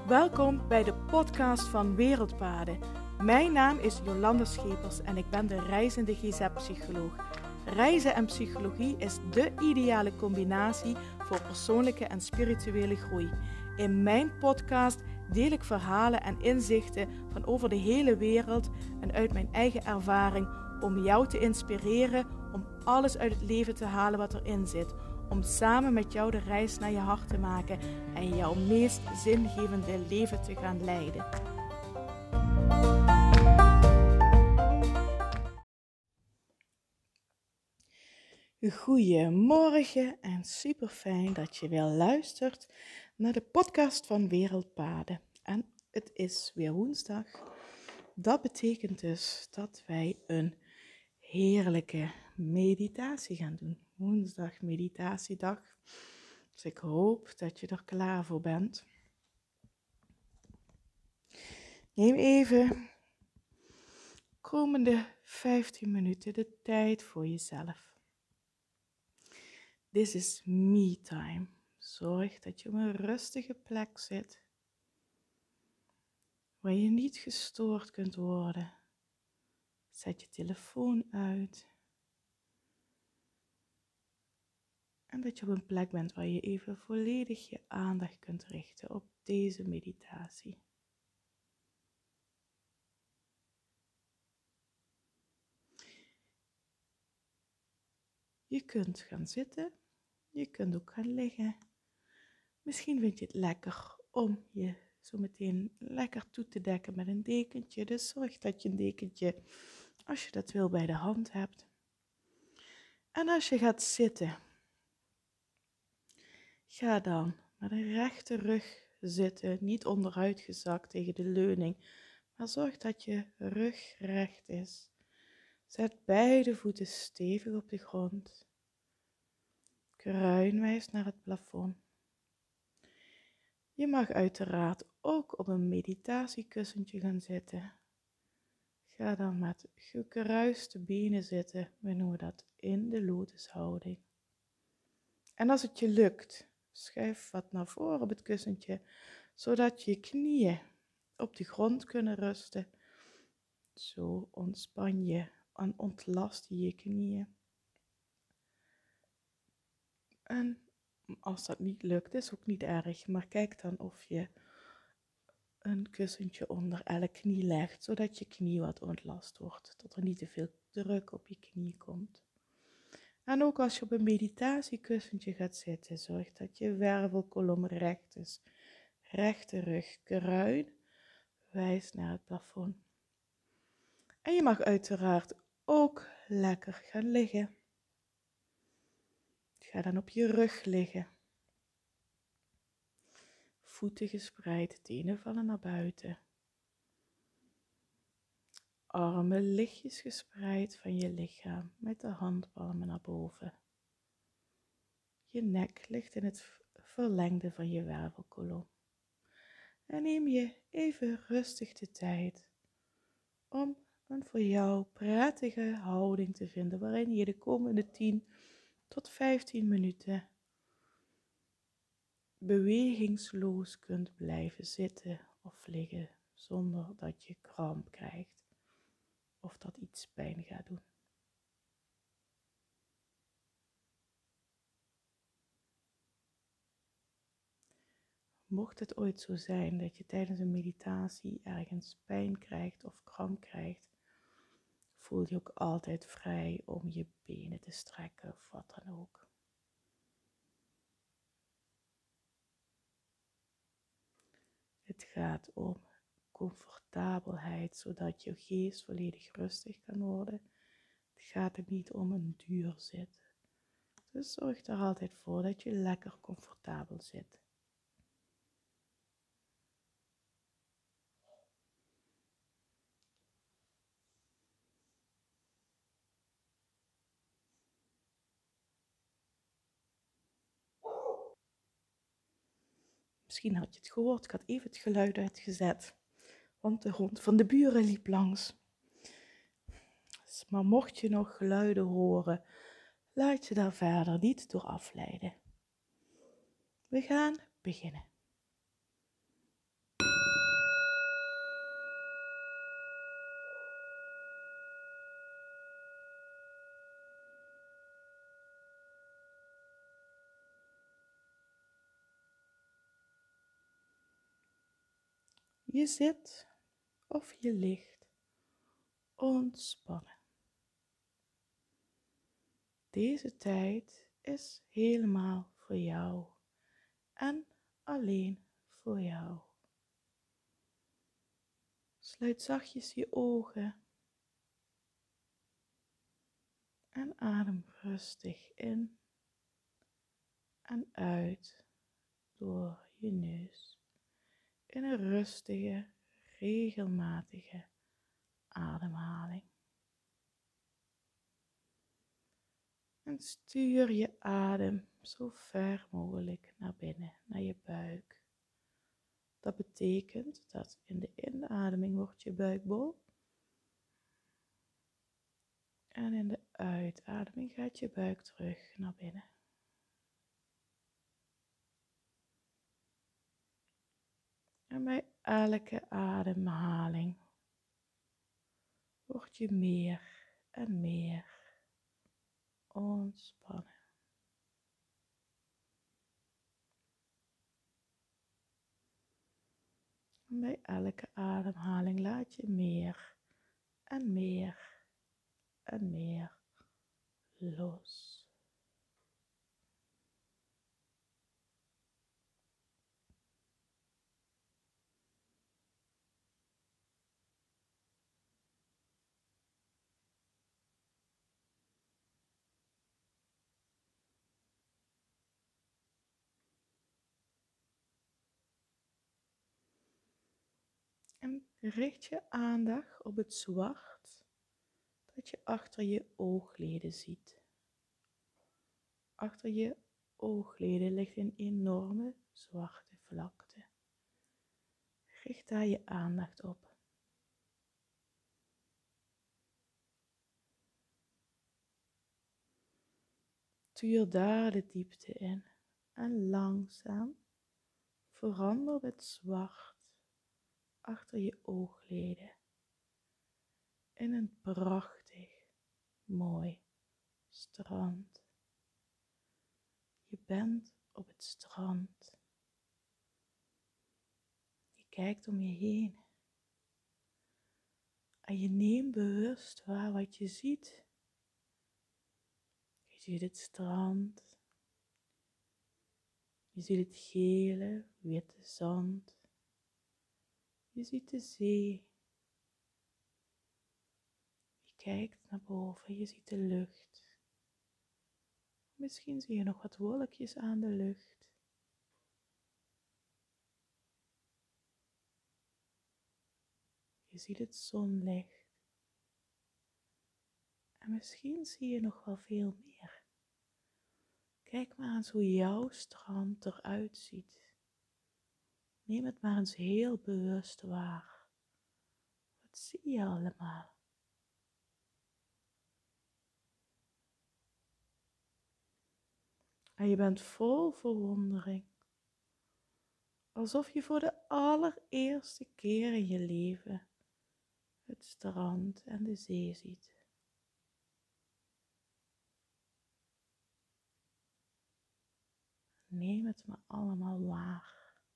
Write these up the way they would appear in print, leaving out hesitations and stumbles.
Welkom bij de podcast van Wereldpaden. Mijn naam is Jolanda Schepers en ik ben de reizende GZ-psycholoog. Reizen en psychologie is de ideale combinatie voor persoonlijke en spirituele groei. In mijn podcast deel ik verhalen en inzichten van over de hele wereld en uit mijn eigen ervaring om jou te inspireren om alles uit het leven te halen wat erin zit. Om samen met jou de reis naar je hart te maken en jouw meest zingevende leven te gaan leiden. Goedemorgen en super fijn dat je weer luistert naar de podcast van Wereldpaden. En het is weer woensdag. Dat betekent dus dat wij een heerlijke meditatie gaan doen. Woensdag meditatiedag. Dus ik hoop dat je er klaar voor bent. Neem even komende 15 minuten de tijd voor jezelf. This is me time. Zorg dat je op een rustige plek zit, waar je niet gestoord kunt worden. Zet je telefoon uit. En dat je op een plek bent waar je even volledig je aandacht kunt richten op deze meditatie. Je kunt gaan zitten, je kunt ook gaan liggen. Misschien vind je het lekker om je zo meteen lekker toe te dekken met een dekentje. Dus zorg dat je een dekentje, als je dat wil, bij de hand hebt. En als je gaat zitten, ga dan met een rechte rug zitten, niet onderuit gezakt tegen de leuning, maar zorg dat je rug recht is. Zet beide voeten stevig op de grond. Kruin wijst naar het plafond. Je mag uiteraard ook op een meditatiekussentje gaan zitten. Ga dan met gekruiste benen zitten, we noemen dat in de lotushouding. En als het je lukt, schuif wat naar voren op het kussentje, zodat je knieën op de grond kunnen rusten. Zo ontspan je en ontlast je je knieën. En als dat niet lukt, is ook niet erg, maar kijk dan of je een kussentje onder elke knie legt, zodat je knie wat ontlast wordt, tot er niet te veel druk op je knie komt. En ook als je op een meditatiekussentje gaat zitten, zorg dat je wervelkolom recht is. Rechte rug, kruin, wijst naar het plafond. En je mag uiteraard ook lekker gaan liggen. Ga dan op je rug liggen. Voeten gespreid, tenen vallen naar buiten. Armen lichtjes gespreid van je lichaam met de handpalmen naar boven. Je nek ligt in het verlengde van je wervelkolom. En neem je even rustig de tijd om een voor jou prettige houding te vinden waarin je de komende 10 tot 15 minuten bewegingsloos kunt blijven zitten of liggen zonder dat je kramp krijgt of dat iets pijn gaat doen. Mocht het ooit zo zijn dat je tijdens een meditatie ergens pijn krijgt of kramp krijgt, voel je ook altijd vrij om je benen te strekken of wat dan ook. Het gaat om comfortabelheid, zodat je geest volledig rustig kan worden. Het gaat er niet om een duur zit. Dus zorg er altijd voor dat je lekker comfortabel zit. Misschien had je het gehoord, ik had even het geluid uitgezet, want de hond van de buren liep langs. Maar mocht je nog geluiden horen, laat je daar verder niet door afleiden. We gaan beginnen. Je zit of je ligt ontspannen. Deze tijd is helemaal voor jou en alleen voor jou. Sluit zachtjes je ogen en adem rustig in en uit door je neus in een rustige, regelmatige ademhaling. En stuur je adem zo ver mogelijk naar binnen, naar je buik. Dat betekent dat in de inademing wordt je buik bol. En in de uitademing gaat je buik terug naar binnen. En bij elke ademhaling word je meer en meer ontspannen. En bij elke ademhaling laat je meer en meer en meer los. En richt je aandacht op het zwart dat je achter je oogleden ziet. Achter je oogleden ligt een enorme zwarte vlakte. Richt daar je aandacht op. Tuur daar de diepte in en langzaam verander het zwart achter je oogleden in een prachtig, mooi strand. Je bent op het strand. Je kijkt om je heen. En je neemt bewust waar wat je ziet. Je ziet het strand. Je ziet het gele, witte zand. Je ziet de zee. Je kijkt naar boven, je ziet de lucht. Misschien zie je nog wat wolkjes aan de lucht. Je ziet het zonlicht. En misschien zie je nog wel veel meer. Kijk maar eens hoe jouw strand eruit ziet. Neem het maar eens heel bewust waar. Wat zie je allemaal? En je bent vol verwondering. Alsof je voor de allereerste keer in je leven het strand en de zee ziet. Neem het maar allemaal waar.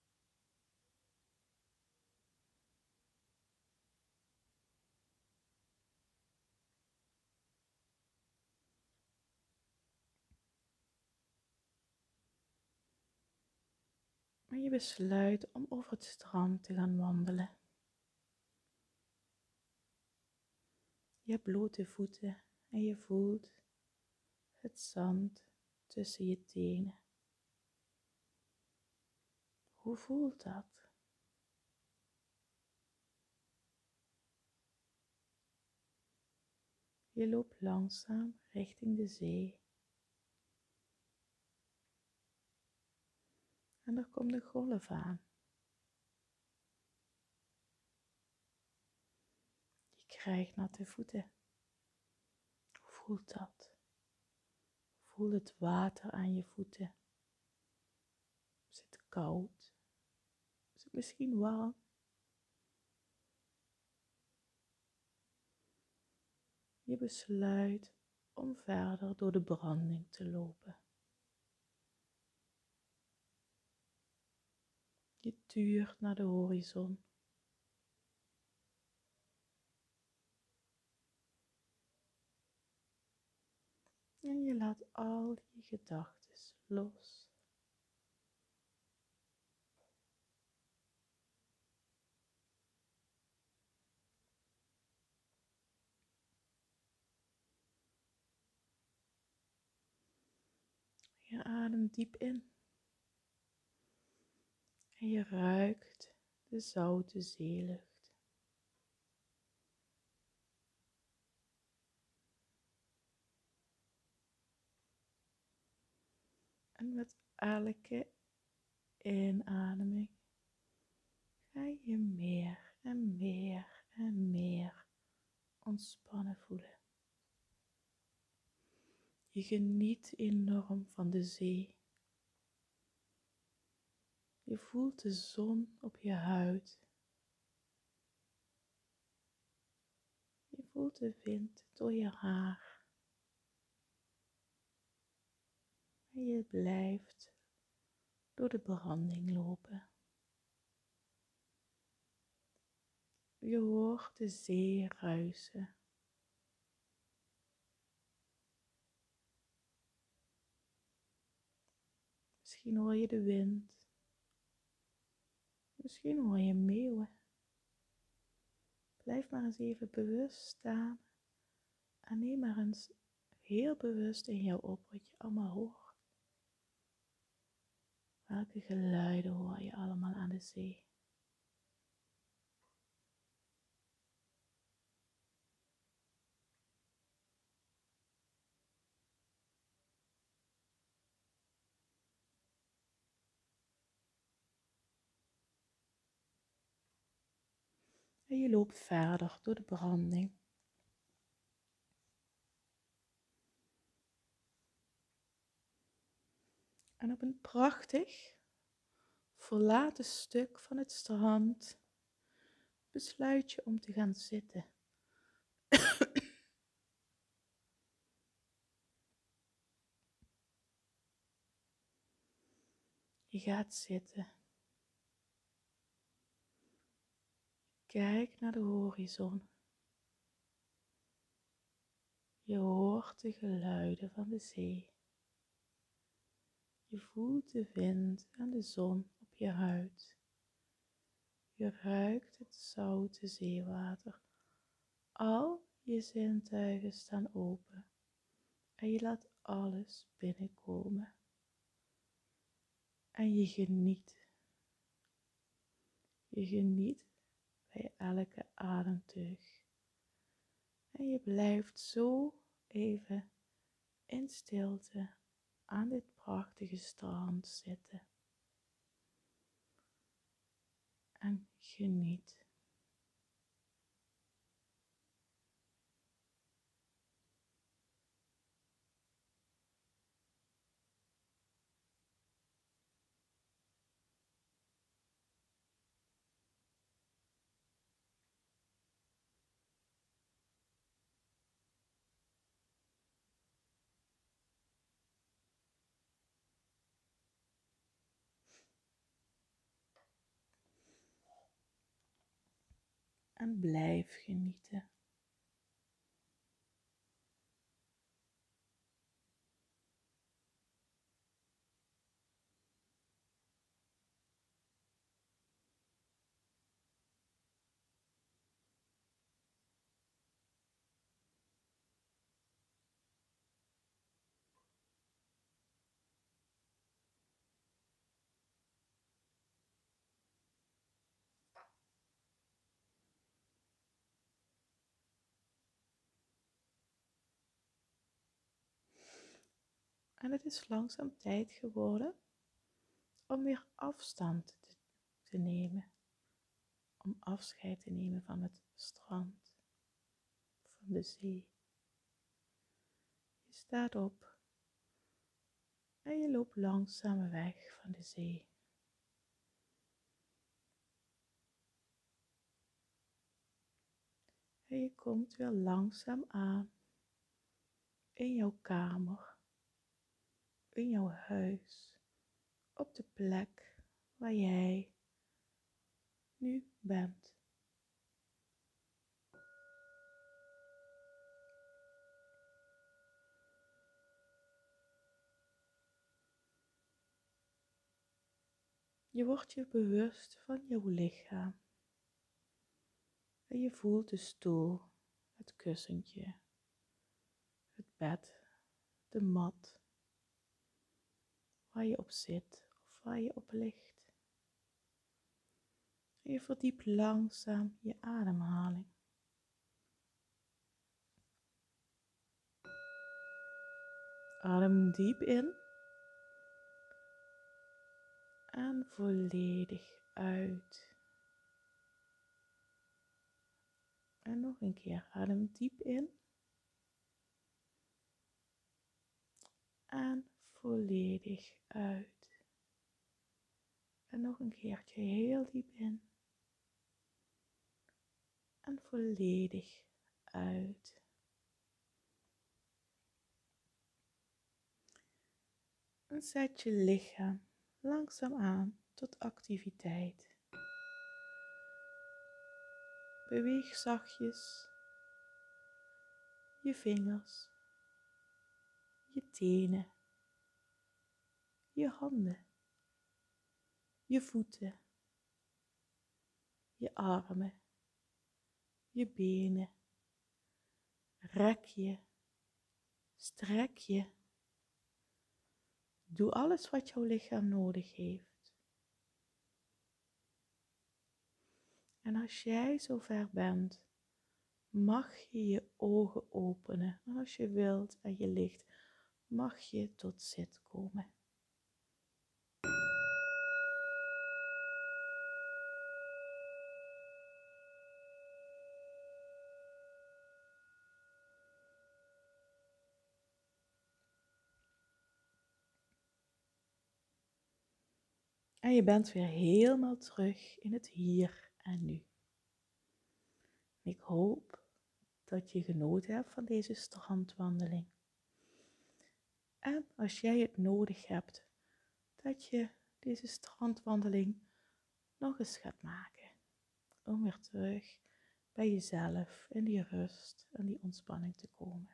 En je besluit om over het strand te gaan wandelen. Je hebt blote voeten en je voelt het zand tussen je tenen. Hoe voelt dat? Je loopt langzaam richting de zee. En er komt de golf aan. Je krijgt natte voeten. Hoe voelt dat? Voel het water aan je voeten. Is het koud? Is het misschien warm? Je besluit om verder door de branding te lopen. Je tuurt naar de horizon En je laat al je gedachten los. Je ademt diep in. En je ruikt de zoute zeelucht. En met elke inademing ga je meer en meer en meer ontspannen voelen. Je geniet enorm van de zee. Je voelt de zon op je huid. Je voelt de wind door je haar. En je blijft door de branding lopen. Je hoort de zee ruisen. Misschien hoor je de wind. Misschien hoor je meeuwen. Blijf maar eens even bewust staan en neem maar eens heel bewust in jou op wat je allemaal hoort. Welke geluiden hoor je allemaal aan de zee? En je loopt verder door de branding. En op een prachtig, verlaten stuk van het strand besluit je om te gaan zitten. Je gaat zitten. Kijk naar de horizon. Je hoort de geluiden van de zee. Je voelt de wind en de zon op je huid. Je ruikt het zoute zeewater. Al je zintuigen staan open en je laat alles binnenkomen. En je geniet. Je geniet bij elke ademteug. En je blijft zo even in stilte aan dit prachtige strand zitten. En geniet. En blijf genieten. En het is langzaam tijd geworden om weer afstand te nemen. Om afscheid te nemen van het strand, van de zee. Je staat op en je loopt langzaam weg van de zee. En je komt weer langzaam aan in jouw kamer, in jouw huis, op de plek waar jij nu bent. Je wordt je bewust van jouw lichaam. En je voelt de stoel, het kussentje, het bed, de mat, waar je op zit of waar je op ligt. En je verdiept langzaam je ademhaling. Adem diep in en volledig uit. En nog een keer, adem diep in en volledig uit. En nog een keertje heel diep in en volledig uit. En zet je lichaam langzaam aan tot activiteit. Beweeg zachtjes je vingers, je tenen, je handen, je voeten, je armen, je benen. Rek je, strek je. Doe alles wat jouw lichaam nodig heeft. En als jij zover bent, mag je je ogen openen. En als je wilt en je ligt, mag je tot zit komen. En je bent weer helemaal terug in het hier en nu. Ik hoop dat je genoten hebt van deze strandwandeling. En als jij het nodig hebt, dat je deze strandwandeling nog eens gaat maken. Om weer terug bij jezelf in die rust en die ontspanning te komen.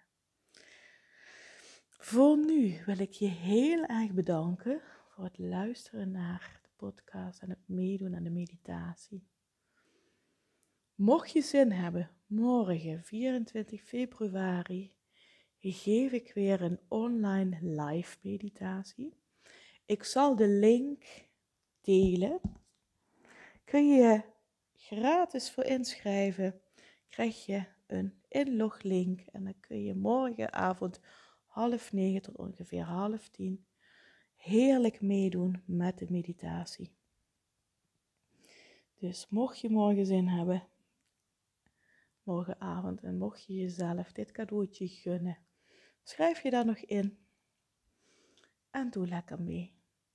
Voor nu wil ik je heel erg bedanken voor het luisteren naar de podcast en het meedoen aan de meditatie. Mocht je zin hebben, morgen 24 februari geef ik weer een online live meditatie. Ik zal de link delen. Kun je gratis voor inschrijven, krijg je een inloglink en dan kun je morgenavond 8:30 tot ongeveer 9:30 heerlijk meedoen met de meditatie. Dus mocht je morgen zin hebben, morgenavond, en mocht je jezelf dit cadeautje gunnen, schrijf je daar nog in en doe lekker mee.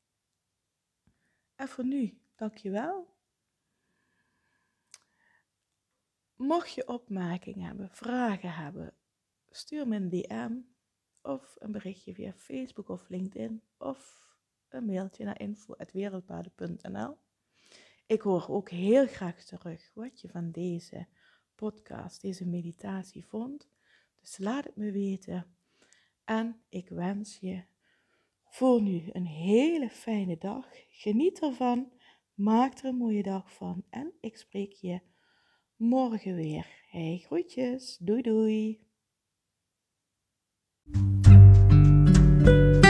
En voor nu, dankjewel. Mocht je opmerkingen hebben, vragen hebben, stuur me een DM of een berichtje via Facebook of LinkedIn of een mailtje naar info@wereldpaden.nl. Ik hoor ook heel graag terug wat je van deze podcast, deze meditatie vond. Dus laat het me weten. En ik wens je voor nu een hele fijne dag. Geniet ervan. Maak er een mooie dag van. En ik spreek je morgen weer. Hey, groetjes. Doei doei.